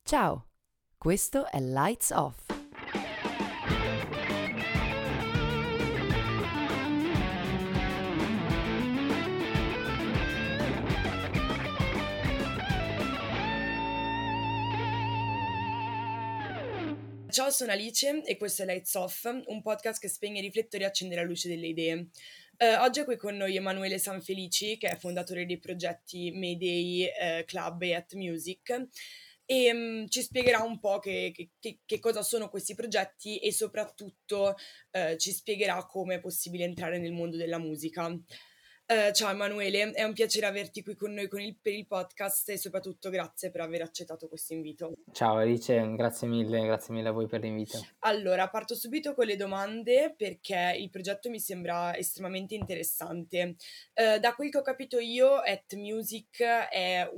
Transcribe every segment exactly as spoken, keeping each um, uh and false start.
Ciao, questo è Lights Off. Ciao, sono Alice e questo è Lights Off, un podcast che spegne i riflettori e accende la luce delle idee. Eh, oggi è qui con noi Emanuele Sanfelici, che è fondatore dei progetti Mayday, eh, Club e At Music, e mm, ci spiegherà un po' che, che- che- che cosa sono questi progetti e soprattutto eh, ci spiegherà come è possibile entrare nel mondo della musica. Eh, ciao Emanuele, è un piacere averti qui con noi con il- per il podcast e soprattutto grazie per aver accettato questo invito. Ciao Alice, grazie mille, grazie mille a voi per l'invito. Allora, parto subito con le domande perché il progetto mi sembra estremamente interessante. Eh, da quel che ho capito io, At Music è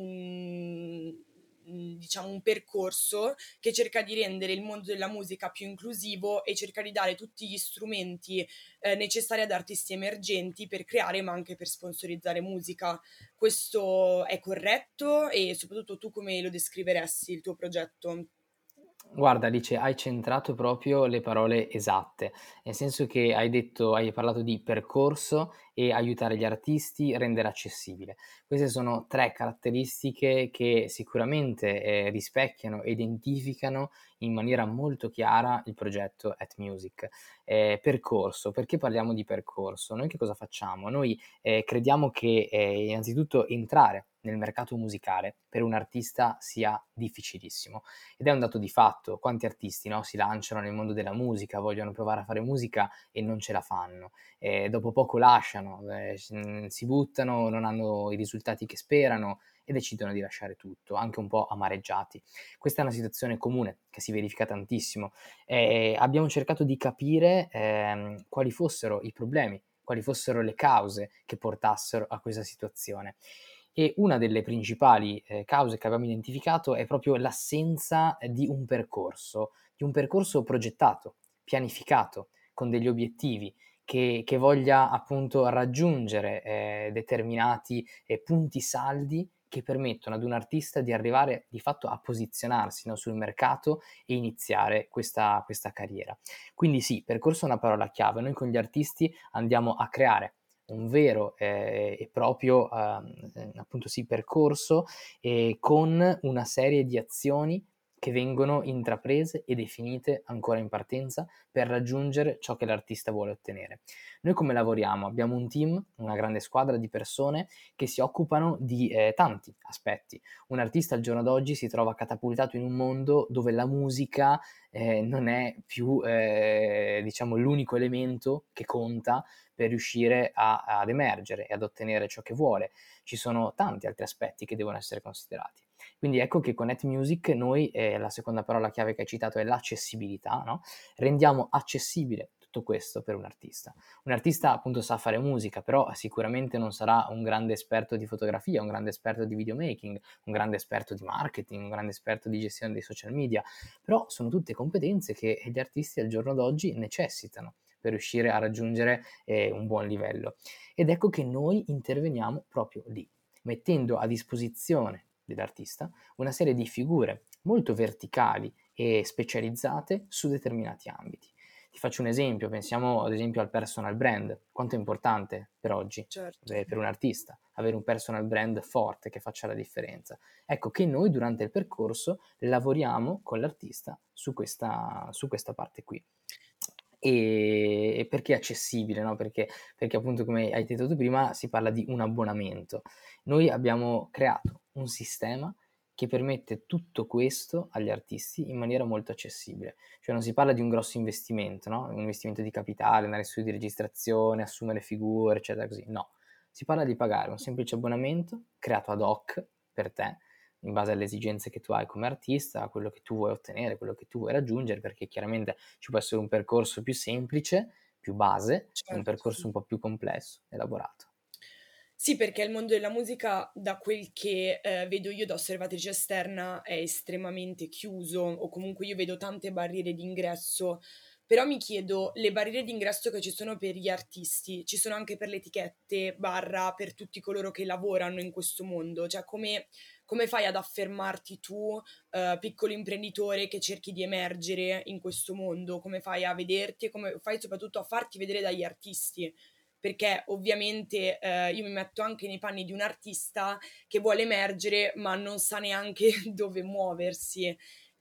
un, un, diciamo, un percorso che cerca di rendere il mondo della musica più inclusivo e cerca di dare tutti gli strumenti eh, necessari ad artisti emergenti per creare ma anche per sponsorizzare musica. Questo è corretto e soprattutto tu come lo descriveresti il tuo progetto? Guarda Alice, hai centrato proprio le parole esatte, nel senso che hai detto, hai parlato di percorso e aiutare gli artisti, rendere accessibile. Queste sono tre caratteristiche che sicuramente eh, rispecchiano e identificano in maniera molto chiara il progetto At Music. Eh, percorso, perché parliamo di percorso? Noi che cosa facciamo? Noi eh, crediamo che eh, innanzitutto entrare nel mercato musicale per un artista sia difficilissimo. Ed è un dato di fatto, quanti artisti, no, si lanciano nel mondo della musica, vogliono provare a fare musica e non ce la fanno, e dopo poco lasciano, eh, si buttano, non hanno i risultati che sperano e decidono di lasciare tutto, anche un po' amareggiati. Questa è una situazione comune che si verifica tantissimo. Eh, abbiamo cercato di capire ehm, quali fossero i problemi, quali fossero le cause che portassero a questa situazione. E una delle principali eh, cause che abbiamo identificato è proprio l'assenza eh, di un percorso, di un percorso progettato, pianificato, con degli obiettivi, che, che voglia appunto raggiungere eh, determinati eh, punti saldi che permettono ad un artista di arrivare di fatto a posizionarsi, no, sul mercato e iniziare questa, questa carriera. Quindi sì, percorso è una parola chiave. Noi con gli artisti andiamo a creare un vero eh, e proprio eh, appunto sì, percorso eh, con una serie di azioni che vengono intraprese e definite ancora in partenza per raggiungere ciò che l'artista vuole ottenere. Noi come lavoriamo? Abbiamo un team, una grande squadra di persone che si occupano di eh, tanti aspetti. Un artista al giorno d'oggi si trova catapultato in un mondo dove la musica eh, non è più eh, diciamo l'unico elemento che conta per riuscire a, ad emergere e ad ottenere ciò che vuole. Ci sono tanti altri aspetti che devono essere considerati. Quindi ecco che con Net Music noi, eh, la seconda parola chiave che hai citato è l'accessibilità, no? Rendiamo accessibile tutto questo per un artista. Un artista appunto sa fare musica, però sicuramente non sarà un grande esperto di fotografia, un grande esperto di videomaking, un grande esperto di marketing, un grande esperto di gestione dei social media, però sono tutte competenze che gli artisti al giorno d'oggi necessitano per riuscire a raggiungere eh, un buon livello. Ed ecco che noi interveniamo proprio lì, mettendo a disposizione dell'artista una serie di figure molto verticali e specializzate su determinati ambiti. Ti faccio un esempio, pensiamo ad esempio al personal brand, quanto è importante per oggi, Certo. per un artista, avere un personal brand forte che faccia la differenza. Ecco che noi durante il percorso lavoriamo con l'artista su questa, su questa parte qui. E, e perché è accessibile, no? Perché, perché appunto come hai detto tu prima si parla di un abbonamento. Noi abbiamo creato un sistema che permette tutto questo agli artisti in maniera molto accessibile. Cioè non si parla di un grosso investimento, no? Un investimento di capitale, andare in studio di registrazione, assumere figure, eccetera, così. No, si parla di pagare un semplice abbonamento creato ad hoc per te, in base alle esigenze che tu hai come artista, a quello che tu vuoi ottenere, quello che tu vuoi raggiungere, perché chiaramente ci può essere un percorso più semplice, più base, e un Certo, percorso sì. un po' più complesso, elaborato. Sì, perché il mondo della musica, da quel che eh, vedo io da osservatrice esterna, è estremamente chiuso, o comunque io vedo tante barriere d'ingresso, però mi chiedo, le barriere d'ingresso che ci sono per gli artisti, ci sono anche per le etichette, barra, per tutti coloro che lavorano in questo mondo, cioè come, come fai ad affermarti tu, eh, piccolo imprenditore che cerchi di emergere in questo mondo? Come fai a vederti e come fai soprattutto a farti vedere dagli artisti? Perché ovviamente eh, io mi metto anche nei panni di un artista che vuole emergere ma non sa neanche dove muoversi.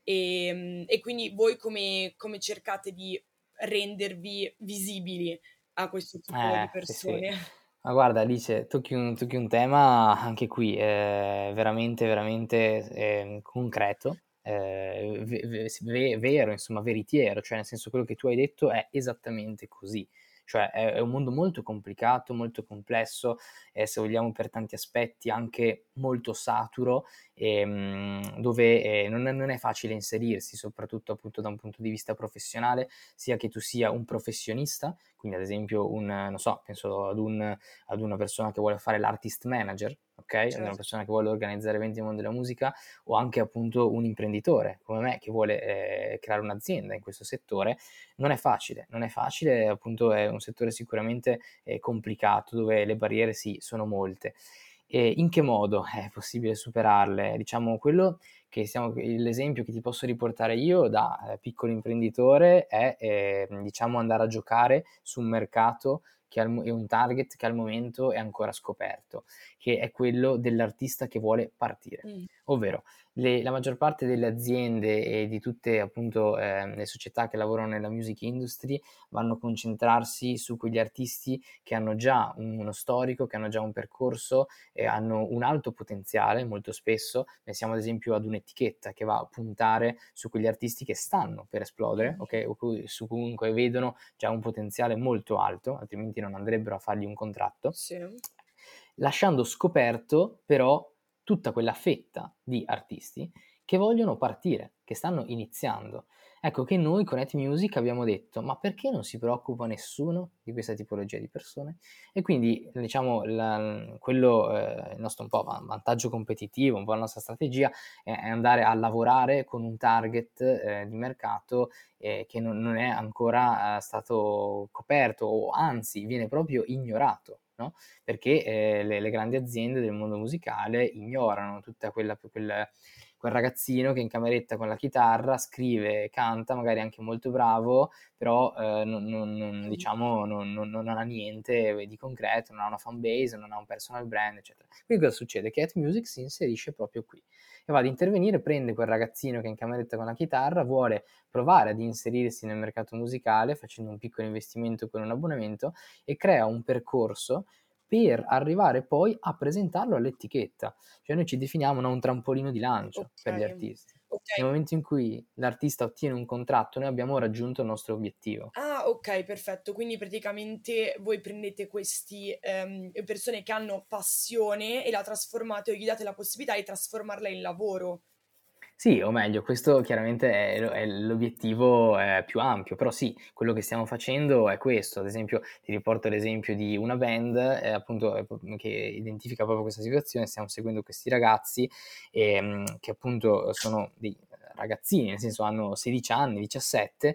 E, e quindi voi come, come cercate di rendervi visibili a questo tipo di Eh, sì, sì. persone? Ma guarda Alice, tocchi un tocchi un tema anche qui, ehm, veramente, veramente, ehm, concreto, ehm, ve ve s ve vero, insomma, veritiero, cioè nel senso quello che tu hai detto è esattamente così. Cioè è è un mondo molto complicato, molto complesso, e se vogliamo per tanti aspetti anche molto saturo, ehm, dove, ehm, non è non è facile inserirsi, soprattutto appunto da un punto di vista professionale, sia che tu sia un professionista, quindi ad esempio un non so, penso ad un ad una persona che vuole fare l'artist manager, okay, ad una Certo. persona che vuole organizzare eventi nel mondo della musica, o anche appunto un imprenditore come me che vuole, ehm, creare un'azienda in questo settore, non è facile. Non è facile, appunto è un settore sicuramente, ehm, complicato, dove le barriere sì, sono molte. E in che modo è possibile superarle? Diciamo quello che stiamo l'esempio che ti posso riportare io da, ehm, piccolo imprenditore è, ehm, diciamo andare a giocare su un mercato che al mo e un target che al momento è ancora scoperto, che è quello dell'artista che vuole partire. Mh. Ovvero, le la maggior parte delle aziende e di tutte appunto, ehm, le società che lavorano nella music industry vanno a concentrarsi su quegli artisti che hanno già uno storico, che hanno già un percorso e hanno un alto potenziale molto spesso. Pensiamo ad esempio ad un'etichetta che va a puntare su quegli artisti che stanno per esplodere, okay, Mh-mh. o cui su comunque vedono già un potenziale molto alto, altrimenti non andrebbero a fargli un contratto, Sì. lasciando scoperto però tutta quella fetta di artisti che vogliono partire, che stanno iniziando. Ecco che noi con At Music abbiamo detto: "Ma perché non si preoccupa nessuno di questa tipologia di persone?" E quindi diciamo la quello, ehm, il nostro un po' va vantaggio competitivo, un po' la nostra strategia è è andare a lavorare con un target, ehm, di mercato, ehm, che non non è ancora, uhm, stato coperto o anzi viene proprio ignorato, no, perché, ehm, le le grandi aziende del mondo musicale ignorano tutta quella p quel quel ragazzino che in cameretta con la chitarra scrive, canta, magari anche molto bravo, però, ehm, non non non Mh. diciamo non non non ha niente di concreto, non ha una fan base, non ha un personal brand, eccetera. Quindi cosa succede? Che At Music si inserisce proprio qui e va ad intervenire, prende quel ragazzino che è in cameretta con la chitarra, vuole provare ad inserirsi nel mercato musicale facendo un piccolo investimento con un abbonamento e crea un percorso per arrivare poi a presentarlo all'etichetta. Cioè noi ci definiamo, no, un trampolino di lancio per gli Okay. artisti. Okay. Nel momento in cui l'artista ottiene un contratto, noi abbiamo raggiunto il nostro obiettivo. Ah, okay, perfetto. Quindi praticamente voi prendete questi, ehm, persone che hanno passione e la trasformate o gli date la possibilità di trasformarla in lavoro. Sì, o meglio, questo chiaramente è lo è l'obiettivo, ehm, più ampio, però sì, quello che stiamo facendo è questo. Ad esempio, ti riporto l'esempio di una band, ehm, appunto, ehm, p che identifica proprio questa situazione. Stiamo seguendo questi ragazzi, ehm, che appunto sono dei ragazzini, nel senso hanno sedici anni, diciassette,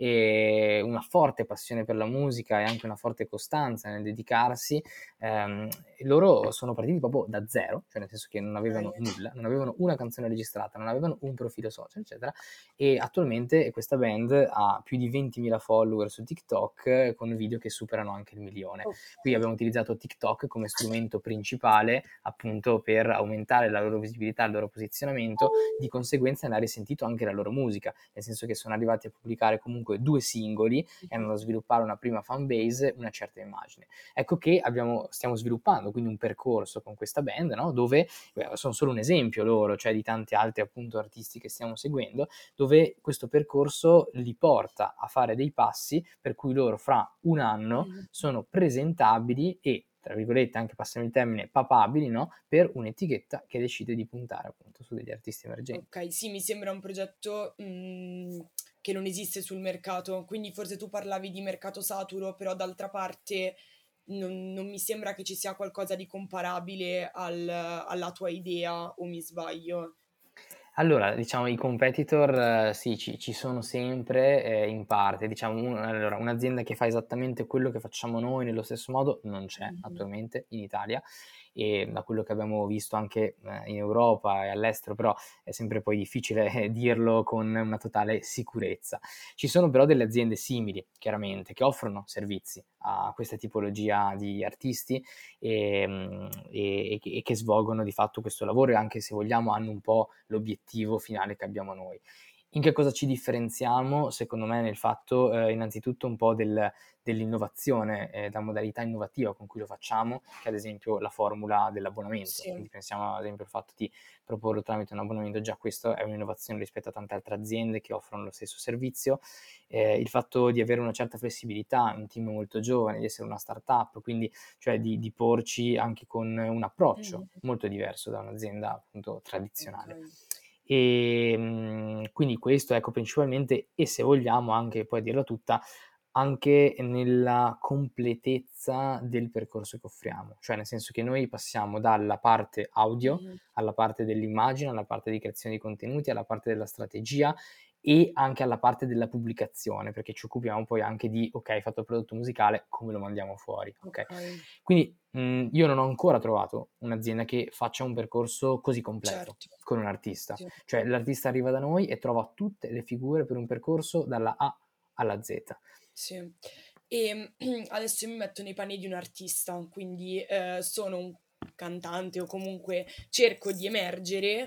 e una forte passione per la musica e anche una forte costanza nel dedicarsi. Ehm, e loro sono partiti proprio da zero, cioè nel senso che non Okay. avevano nulla, non avevano una canzone registrata, non avevano un profilo social, eccetera, e attualmente questa band ha più di ventimila follower su TikTok, eh, con video che superano anche il milione. Qui Okay. abbiamo utilizzato TikTok come strumento principale, appunto, per aumentare la loro visibilità, il loro posizionamento, di conseguenza ne ha risentito anche la loro musica, nel senso che sono arrivati a pubblicare comunque due singoli e Mh-mh. hanno da sviluppare una prima fan base, una certa immagine. Ecco che abbiamo stiamo sviluppando quindi un percorso con questa band, no, dove beh, sono solo un esempio loro, cioè di tanti altri appunto artisti che stiamo seguendo, dove questo percorso li porta a fare dei passi per cui loro fra un anno Mh-mh. sono presentabili e, tra virgolette, anche passami il termine, papabili, no, per un'etichetta che decide di puntare appunto su degli artisti emergenti. Okay, sì, mi sembra un progetto, mhmm, che non esiste sul mercato, quindi forse tu parlavi di mercato saturo, però d'altra parte non non mi sembra che ci sia qualcosa di comparabile al alla tua idea, o mi sbaglio? Allora, diciamo i competitor eh, sì, ci ci sono sempre, ehm, in parte. Diciamo un allora, un'azienda che fa esattamente quello che facciamo noi nello stesso modo non c'è Mh-mh. attualmente in Italia. e da quello che abbiamo visto anche eh, in Europa e all'estero, però è sempre poi difficile eh, dirlo con una totale sicurezza. Ci sono però delle aziende simili, chiaramente, che offrono servizi a questa tipologia di artisti e, mm, e, e che svolgono di fatto questo lavoro e anche, se vogliamo, hanno un po' l'obiettivo finale che abbiamo noi. In che cosa ci differenziamo? Secondo me nel fatto eh, innanzitutto un po' del, dell'innovazione, eh, la modalità innovativa con cui lo facciamo, che è ad esempio la formula dell'abbonamento. Sì. Quindi pensiamo ad esempio al fatto di proporlo tramite un abbonamento, già questo è un'innovazione rispetto a tante altre aziende che offrono lo stesso servizio. Eh, il fatto di avere una certa flessibilità, un team molto giovane, di essere una startup, quindi cioè di, di porci anche con un approccio Mhm. molto diverso da un'azienda appunto tradizionale. Ok. E mh, quindi questo, ecco, principalmente, e se vogliamo anche poi dirla tutta, anche nella completezza del percorso che offriamo, cioè nel senso che noi passiamo dalla parte audio Mhm. alla parte dell'immagine, alla parte di creazione di contenuti, alla parte della strategia e anche alla parte della pubblicazione, perché ci occupiamo poi anche di, ok, hai fatto il prodotto musicale, come lo mandiamo fuori, ok? Ok. Quindi mh, io non ho ancora trovato un'azienda che faccia un percorso così completo Certo. con un artista, Sì. cioè l'artista arriva da noi e trova tutte le figure per un percorso dalla A alla Z. Sì. E adesso mi metto nei panni di un artista, quindi eh, sono un cantante o comunque cerco di emergere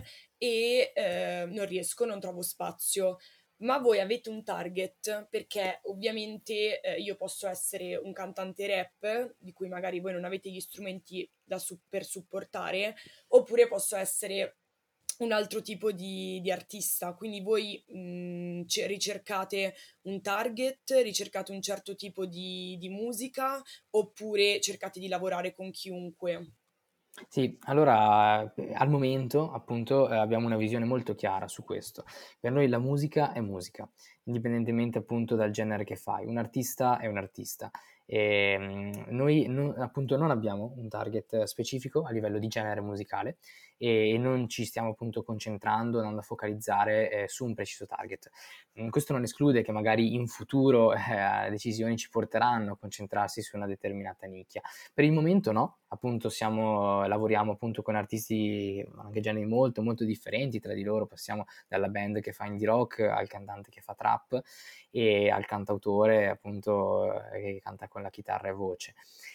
e eh, non riesco, non trovo spazio. Ma voi avete un target? Perché ovviamente eh, io posso essere un cantante rap, di cui magari voi non avete gli strumenti da su- per supportare, oppure posso essere un altro tipo di, di artista. Quindi voi mh, ce- ricercate un target, ricercate un certo tipo di, di musica, oppure cercate di lavorare con chiunque? Sì, allora eh, al momento appunto eh, abbiamo una visione molto chiara su questo. Per noi la musica è musica, indipendentemente appunto dal genere che fai. Un artista è un artista. E, mm, noi non- appunto non abbiamo un target specifico a livello di genere musicale e, e non ci stiamo appunto concentrando, andando a focalizzare eh, su un preciso target. Mm, Questo non esclude che magari in futuro eh, decisioni ci porteranno a concentrarsi su una determinata nicchia. Per il momento no, appunto siamo, lavoriamo appunto con artisti anche generi molto molto differenti tra di loro, passiamo dalla band che fa indie rock al cantante che fa trap e al cantautore appunto eh, che canta con la chitarra e voce.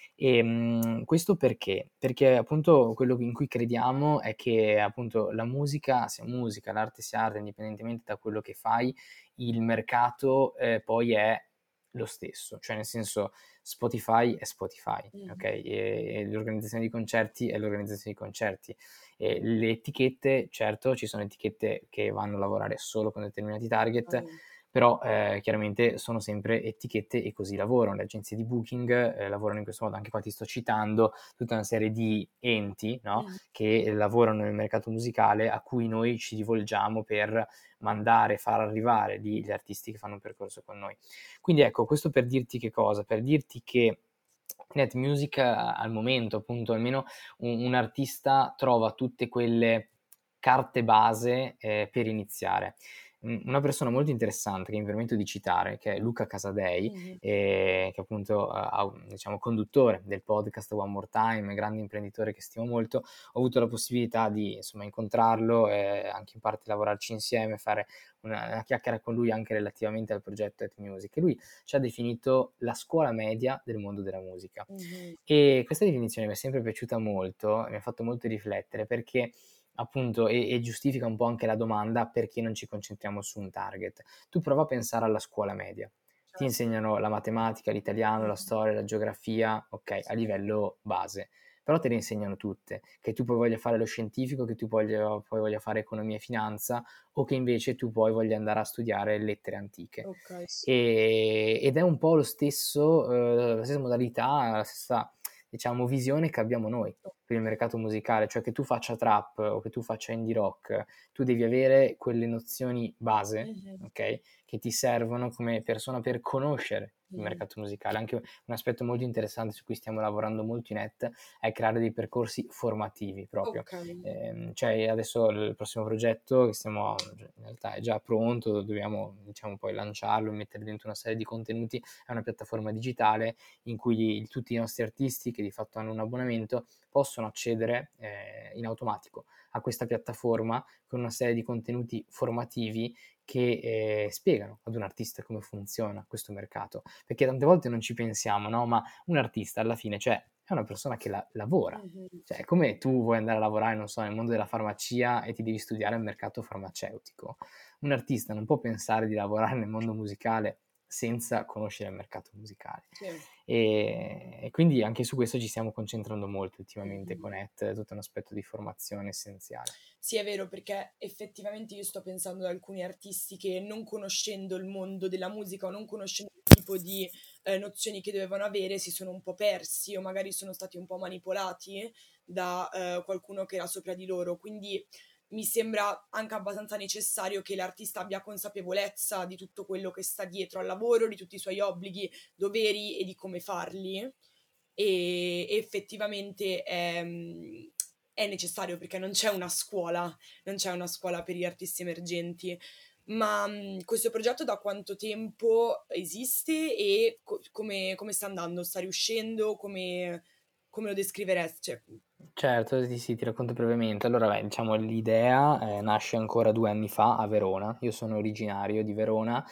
E mh, questo perché? Perché appunto quello in cui crediamo è che appunto la musica sia musica, l'arte sia arte, indipendentemente da quello che fai, il mercato eh, poi è lo stesso, cioè nel senso Spotify è Spotify, ok? Mhm. E, e l'organizzazione di concerti è l'organizzazione di concerti. E le etichette, certo, ci sono etichette che vanno a lavorare solo con determinati target, Ok. però eh, chiaramente sono sempre etichette e così lavorano. Le agenzie di booking eh, lavorano in questo modo, anche qua ti sto citando tutta una serie di enti, no? Mhm. Che lavorano nel mercato musicale a cui noi ci rivolgiamo per mandare, far arrivare lì gli artisti che fanno un percorso con noi. Quindi ecco, questo per dirti che cosa? Per dirti che Net Music eh, al momento, appunto, almeno un, un artista trova tutte quelle carte base eh, per iniziare. Mm, Una persona molto interessante che mi permetto di citare, che è Luca Casadei, Mhm. eh, che appunto ha un, diciamo, conduttore del podcast One More Time, grande imprenditore che stimo molto, ho avuto la possibilità di insomma incontrarlo e anche in parte lavorarci insieme, fare una, una chiacchiera con lui anche relativamente al progetto Net Music. E lui ci ha definito la scuola media del mondo della musica. Mhm. E questa definizione mi è sempre piaciuta molto, mi ha fatto molto riflettere perché appunto e, e giustifica un po' anche la domanda perché non ci concentriamo su un target. Tu prova a pensare alla scuola media. Ti Certo. insegnano la matematica, l'italiano, la Mhm. storia, la geografia, ok, a Sì. livello base, però te le insegnano tutte, che tu poi voglia fare lo scientifico, che tu voglia, poi voglia fare economia e finanza o che invece tu poi voglia andare a studiare lettere antiche. Ok, sì. E, ed è un po' lo stesso, eh, la stessa modalità, la stessa, diciamo, visione che abbiamo noi per il mercato musicale, cioè che tu faccia trap o che tu faccia indie rock, tu devi avere quelle nozioni base, Mhm. ok? Che ti servono come persona per conoscere il Mhm. mercato musicale. Anche un aspetto molto interessante su cui stiamo lavorando molto in Net è creare dei percorsi formativi proprio. Ok. Eh, cioè adesso il prossimo progetto che stiamo, in realtà è già pronto, dobbiamo diciamo poi lanciarlo e mettere dentro una serie di contenuti, è una piattaforma digitale in cui tutti i nostri artisti che di fatto hanno un abbonamento possono accedere eh, in automatico a questa piattaforma con una serie di contenuti formativi che eh, spiegano ad un artista come funziona questo mercato, perché tante volte non ci pensiamo, no? Ma un artista alla fine, cioè, è una persona che la- lavora, Mhm. cioè è come tu vuoi andare a lavorare, non so, nel mondo della farmacia e ti devi studiare il mercato farmaceutico. Un artista non può pensare di lavorare nel mondo musicale senza conoscere il mercato musicale. Sì. E, e quindi anche su questo ci stiamo concentrando molto ultimamente Mhm. con E T, tutto un aspetto di formazione essenziale. Sì, è vero, perché effettivamente io sto pensando ad alcuni artisti che non conoscendo il mondo della musica o non conoscendo il tipo di eh, nozioni che dovevano avere, si sono un po' persi o magari sono stati un po' manipolati da eh, qualcuno che era sopra di loro. Quindi mi sembra anche abbastanza necessario che l'artista abbia consapevolezza di tutto quello che sta dietro al lavoro, di tutti i suoi obblighi, doveri e di come farli. E effettivamente è, è necessario perché non c'è una scuola, non c'è una scuola per gli artisti emergenti. Ma mh, questo progetto da quanto tempo esiste e co- come, come sta andando? Sta riuscendo? Come, come lo descriveresti? Cioè, Certo, sì, sì, ti racconto brevemente. Allora, beh, diciamo, l'idea eh, nasce ancora due anni fa a Verona. Io sono originario di Verona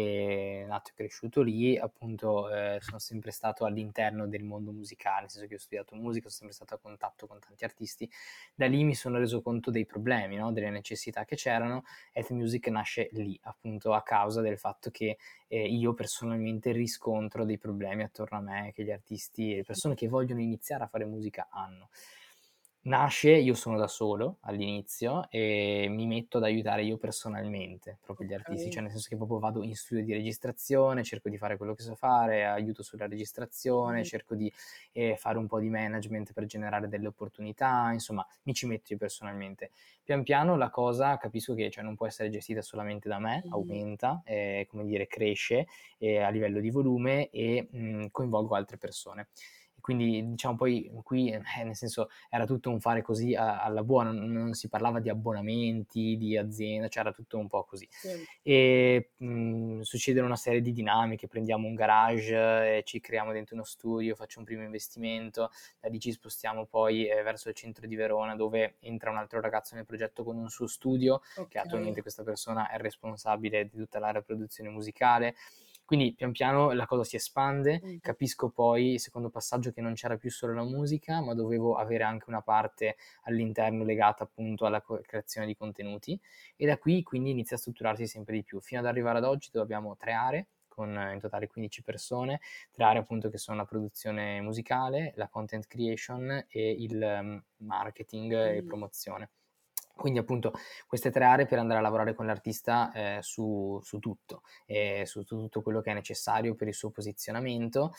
e nato e cresciuto lì, appunto, eh, sono sempre stato all'interno del mondo musicale, nel senso che ho studiato musica, sono sempre stato a contatto con tanti artisti. Da lì mi sono reso conto dei problemi, no? Delle necessità che c'erano. Eth Music nasce lì, appunto, a causa del fatto che eh, io personalmente riscontro dei problemi attorno a me che gli artisti e le persone che vogliono iniziare a fare musica hanno. Nasce, io sono da solo all'inizio e mi metto ad aiutare io personalmente proprio gli artisti, ok. cioè nel senso che proprio vado in studio di registrazione, cerco di fare quello che so fare, aiuto sulla registrazione, Mhm. cerco di eh, fare un po' di management per generare delle opportunità, insomma mi ci metto io personalmente. Pian piano la cosa capisco che cioè, non può essere gestita solamente da me, Mhm. aumenta, eh, come dire, cresce eh, a livello di volume e mh, coinvolgo altre persone. E quindi diciamo poi qui, eh, nel senso, era tutto un fare così a- alla buona, non, non si parlava di abbonamenti, di azienda, cioè era tutto un po' così. Sì. E mh, succedono una serie di dinamiche, prendiamo un garage eh, e ci creiamo dentro uno studio, faccio un primo investimento, da lì ci spostiamo poi eh, verso il centro di Verona dove entra un altro ragazzo nel progetto con un suo studio, che Ok. attualmente questa persona è responsabile di tutta l'area produzione musicale. Quindi pian piano la cosa si espande, Mhm. capisco poi, il secondo passaggio, che non c'era più solo la musica, ma dovevo avere anche una parte all'interno legata appunto alla co- creazione di contenuti e da qui quindi inizia a strutturarsi sempre di più, fino ad arrivare ad oggi dove abbiamo tre aree, con eh, in totale quindici persone, tre aree appunto che sono la produzione musicale, la content creation e il um, marketing e Mhm. promozione. Quindi appunto queste tre aree per andare a lavorare con l'artista eh, su, su tutto, eh, su, su tutto quello che è necessario per il suo posizionamento.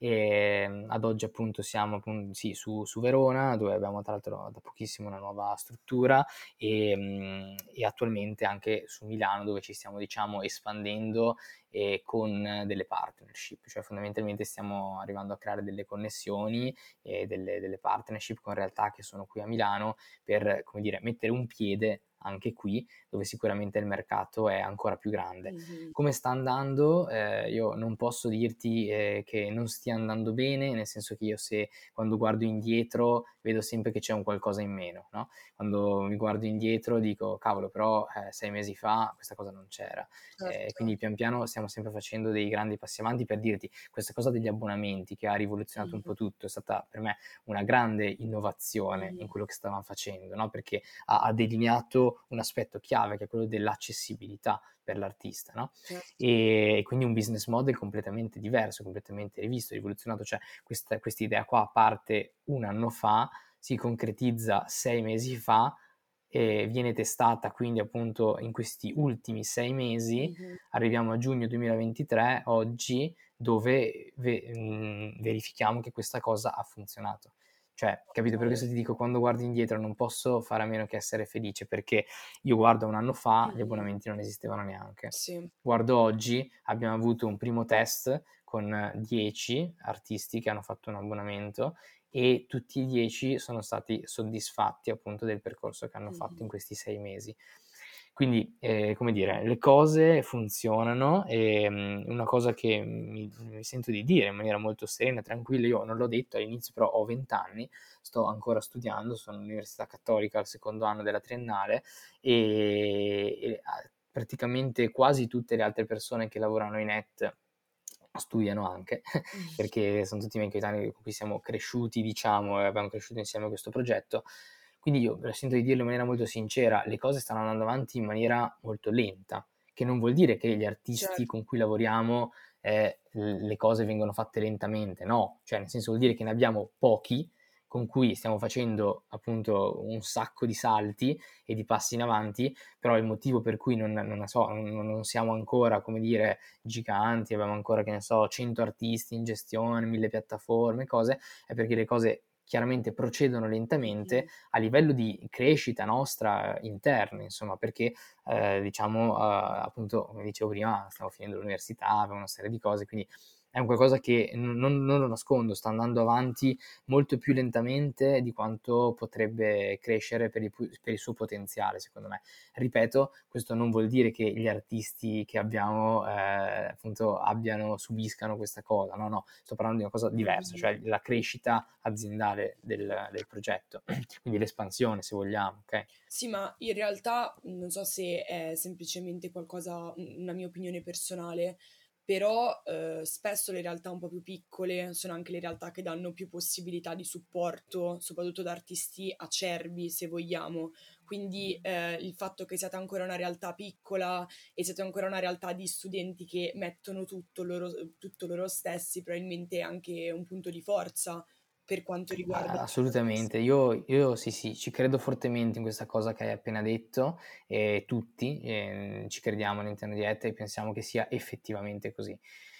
E mm, ad oggi appunto siamo appunto, sì, su, su Verona, dove abbiamo tra l'altro da pochissimo una nuova struttura e, mh, e attualmente anche su Milano, dove ci stiamo diciamo espandendo e con delle partnership, cioè fondamentalmente stiamo arrivando a creare delle connessioni e delle, delle partnership con realtà che sono qui a Milano per, come dire, mettere un piede anche qui, dove sicuramente il mercato è ancora più grande. Mhm. Come sta andando? Eh, io non posso dirti eh, che non stia andando bene, nel senso che io se quando guardo indietro vedo sempre che c'è un qualcosa in meno, no? Quando mi guardo indietro dico, cavolo, però eh, sei mesi fa questa cosa non c'era. Eh, Certo. quindi pian piano stiamo sempre facendo dei grandi passi avanti per dirti questa cosa degli abbonamenti che ha rivoluzionato un Mhm. po' tutto, è stata per me una grande innovazione in Mhm. quello che stavamo facendo, no? Perché ha, ha delineato un aspetto chiave che è quello dell'accessibilità per l'artista, no? Certo. E, e quindi un business model completamente diverso, completamente rivisto, rivoluzionato, cioè questa idea qua parte un anno fa, si concretizza sei mesi fa e viene testata quindi appunto in questi ultimi sei mesi, Mhm. arriviamo a giugno duemilaventitré, oggi, dove ve- mh, verifichiamo che questa cosa ha funzionato. Cioè, capito? Per questo Ok. ti dico, quando guardo indietro non posso fare a meno che essere felice, perché io guardo un anno fa, gli Mhm. abbonamenti non esistevano neanche. Sì. Guardo oggi, abbiamo avuto un primo test con dieci artisti che hanno fatto un abbonamento e tutti e dieci sono stati soddisfatti appunto del percorso che hanno fatto in Mhm. questi sei mesi. Quindi, eh, come dire, le cose funzionano e um, una cosa che mi, mi sento di dire in maniera molto serena, tranquilla, io non l'ho detto all'inizio, però ho venti anni, sto ancora studiando, sono all'Università Cattolica al secondo anno della triennale e, e praticamente quasi tutte le altre persone che lavorano in E T studiano anche, perché sono tutti i miei coetanei con cui siamo cresciuti, diciamo, e abbiamo cresciuto insieme a questo progetto. Quindi io sento di dirlo in maniera molto sincera, le cose stanno andando avanti in maniera molto lenta, che non vuol dire che gli artisti Certo. con cui lavoriamo eh, le cose vengono fatte lentamente, no, cioè nel senso vuol dire che ne abbiamo pochi con cui stiamo facendo appunto un sacco di salti e di passi in avanti, però il motivo per cui non, non, so, non, non siamo ancora, come dire, giganti, abbiamo ancora, che ne so, cento artisti in gestione, mille piattaforme, cose, è perché le cose chiaramente procedono lentamente Mm-hmm. a livello di crescita nostra interna, insomma, perché eh, diciamo eh, appunto, come dicevo prima, stiamo finendo l'università, abbiamo una serie di cose, quindi è un qualcosa che non, non lo nascondo, sta andando avanti molto più lentamente di quanto potrebbe crescere per il, per il suo potenziale, secondo me. Ripeto, questo non vuol dire che gli artisti che abbiamo eh, appunto abbiano, subiscano questa cosa, no, no, sto parlando di una cosa diversa, cioè la crescita aziendale del, del progetto, quindi l'espansione, se vogliamo, ok? Sì, ma in realtà non so se è semplicemente qualcosa, una mia opinione personale, però eh, spesso le realtà un po' più piccole sono anche le realtà che danno più possibilità di supporto, soprattutto da artisti acerbi, se vogliamo. Quindi eh, il fatto che siate ancora una realtà piccola e siate ancora una realtà di studenti che mettono tutto loro, tutto loro stessi, probabilmente è anche un punto di forza per quanto riguarda... Assolutamente, io, io sì sì, ci credo fortemente in questa cosa che hai appena detto e tutti eh, ci crediamo all'interno di E T e pensiamo che sia effettivamente così.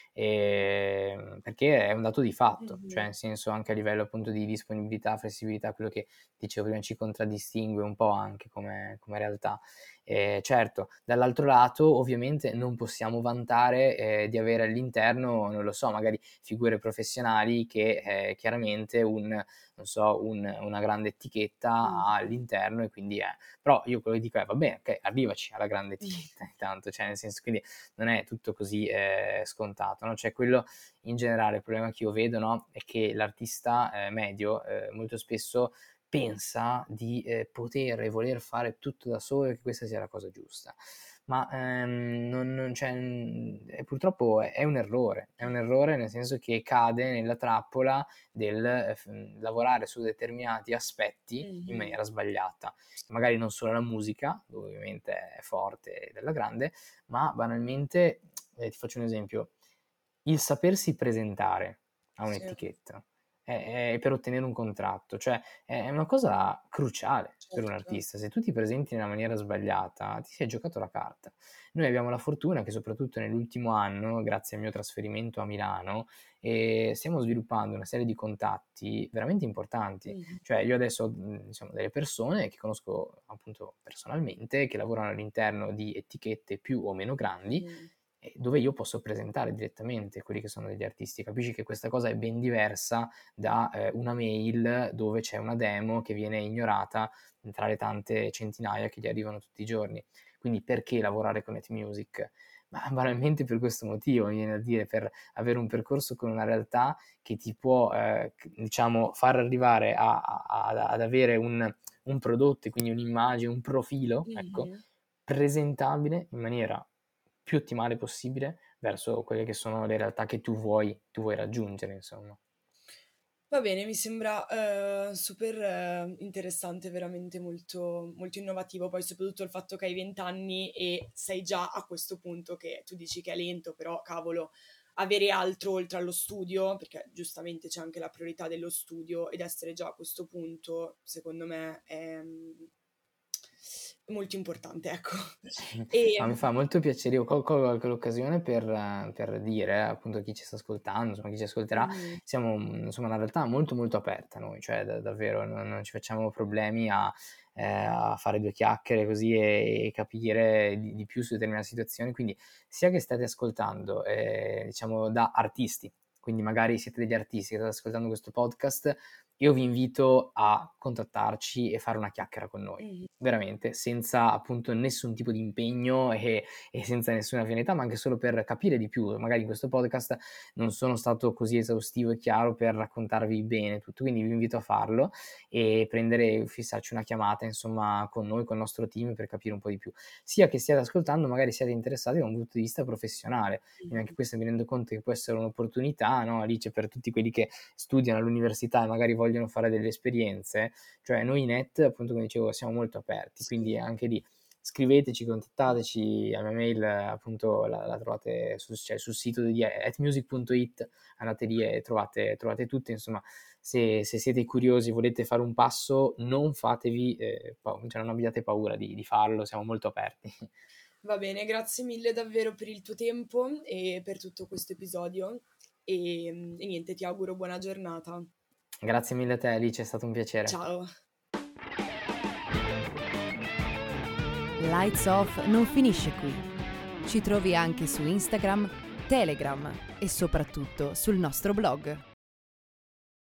E, perché è un dato di fatto, Mm-hmm. cioè nel senso anche a livello appunto di disponibilità, flessibilità, quello che dicevo prima ci contraddistingue un po' anche come, come realtà. Eh, certo, dall'altro lato ovviamente non possiamo vantare eh, di avere all'interno, non lo so, magari figure professionali che eh, chiaramente un, non so, un, una grande etichetta ha all'interno e quindi è... Però io quello che dico è, va bene, ok, arrivaci alla grande etichetta intanto, cioè nel senso, quindi non è tutto così eh, scontato, no? Cioè quello in generale, il problema che io vedo, no, è che l'artista eh, medio eh, molto spesso pensa di eh, poter e voler fare tutto da solo e che questa sia la cosa giusta. Ma ehm, non, non, cioè, eh, purtroppo è, è un errore, è un errore nel senso che cade nella trappola del eh, lavorare su determinati aspetti in Mm-hmm. maniera sbagliata. Magari non solo la musica, dove ovviamente è forte ed è la grande, ma banalmente, eh, ti faccio un esempio, il sapersi presentare a Sì, un'etichetta è, è per ottenere un contratto, cioè è una cosa cruciale per un certo. artista. Se tu ti presenti nella maniera sbagliata, ti sei giocato la carta. Noi abbiamo la fortuna che soprattutto nell'ultimo anno, grazie al mio trasferimento a Milano, eh, stiamo sviluppando una serie di contatti veramente importanti. Mm-hmm. Cioè io adesso ho diciamo, delle persone che conosco appunto personalmente, che lavorano all'interno di etichette più o meno grandi, Mm-hmm. dove io posso presentare direttamente quelli che sono degli artisti. Capisci che questa cosa è ben diversa da eh, una mail dove c'è una demo che viene ignorata tra le tante centinaia che gli arrivano tutti i giorni. Quindi perché lavorare con Net Music? Ma banalmente per questo motivo, mi viene a dire, per avere un percorso con una realtà che ti può, eh, diciamo, far arrivare a, a, ad avere un, un prodotto, quindi un'immagine, un profilo, ecco, Mm-hmm. presentabile in maniera più ottimale possibile verso quelle che sono le realtà che tu vuoi, tu vuoi raggiungere, insomma. Va bene, mi sembra eh, super eh, interessante, veramente molto, molto innovativo. Poi soprattutto il fatto che hai venti anni e sei già a questo punto che tu dici che è lento, però cavolo, avere altro oltre allo studio, perché giustamente c'è anche la priorità dello studio ed essere già a questo punto, secondo me è mm, molto importante, ecco. E, No, mi fa molto piacere, io col- colgo anche l'occasione per, eh, per dire appunto a chi ci sta ascoltando, insomma chi ci ascolterà, mhm, siamo mm, insomma una realtà molto molto aperta noi, cioè da- davvero non, non ci facciamo problemi a, eh, a fare due chiacchiere così e, e capire di, di più su determinate situazioni, quindi sia che state ascoltando eh, diciamo da artisti, quindi magari siete degli artisti che state ascoltando questo podcast, io vi invito a contattarci e fare una chiacchiera con noi, Mm. veramente, senza appunto nessun tipo di impegno e, e senza nessuna finalità, ma anche solo per capire di più. Magari in questo podcast non sono stato così esaustivo e chiaro per raccontarvi bene tutto, quindi vi invito a farlo e prendere, fissarci una chiamata, insomma, con noi, con il nostro team, per capire un po' di più. Sia che stiate ascoltando, magari siate interessati da un punto di vista professionale, quindi anche questo mi rendo conto che può essere un'opportunità, no, Alice, per tutti quelli che studiano all'università e magari vogliono fare delle esperienze. Cioè noi in Net, appunto, come dicevo, siamo molto aperti, Sì. quindi anche lì scriveteci, contattateci, la mia mail appunto la, la trovate su, cioè, sul sito di at music punto it, andate lì e trovate, trovate tutto, insomma. Se, se siete curiosi, volete fare un passo, non fatevi, eh, pa- cioè non abbiate paura di, di farlo, siamo molto aperti. Va bene, grazie mille davvero per il tuo tempo e per tutto questo episodio e, e niente, ti auguro buona giornata. Grazie mille a te, Alice, è stato un piacere. Ciao. Lights Off non finisce qui. Ci trovi anche su Instagram, Telegram e soprattutto sul nostro blog.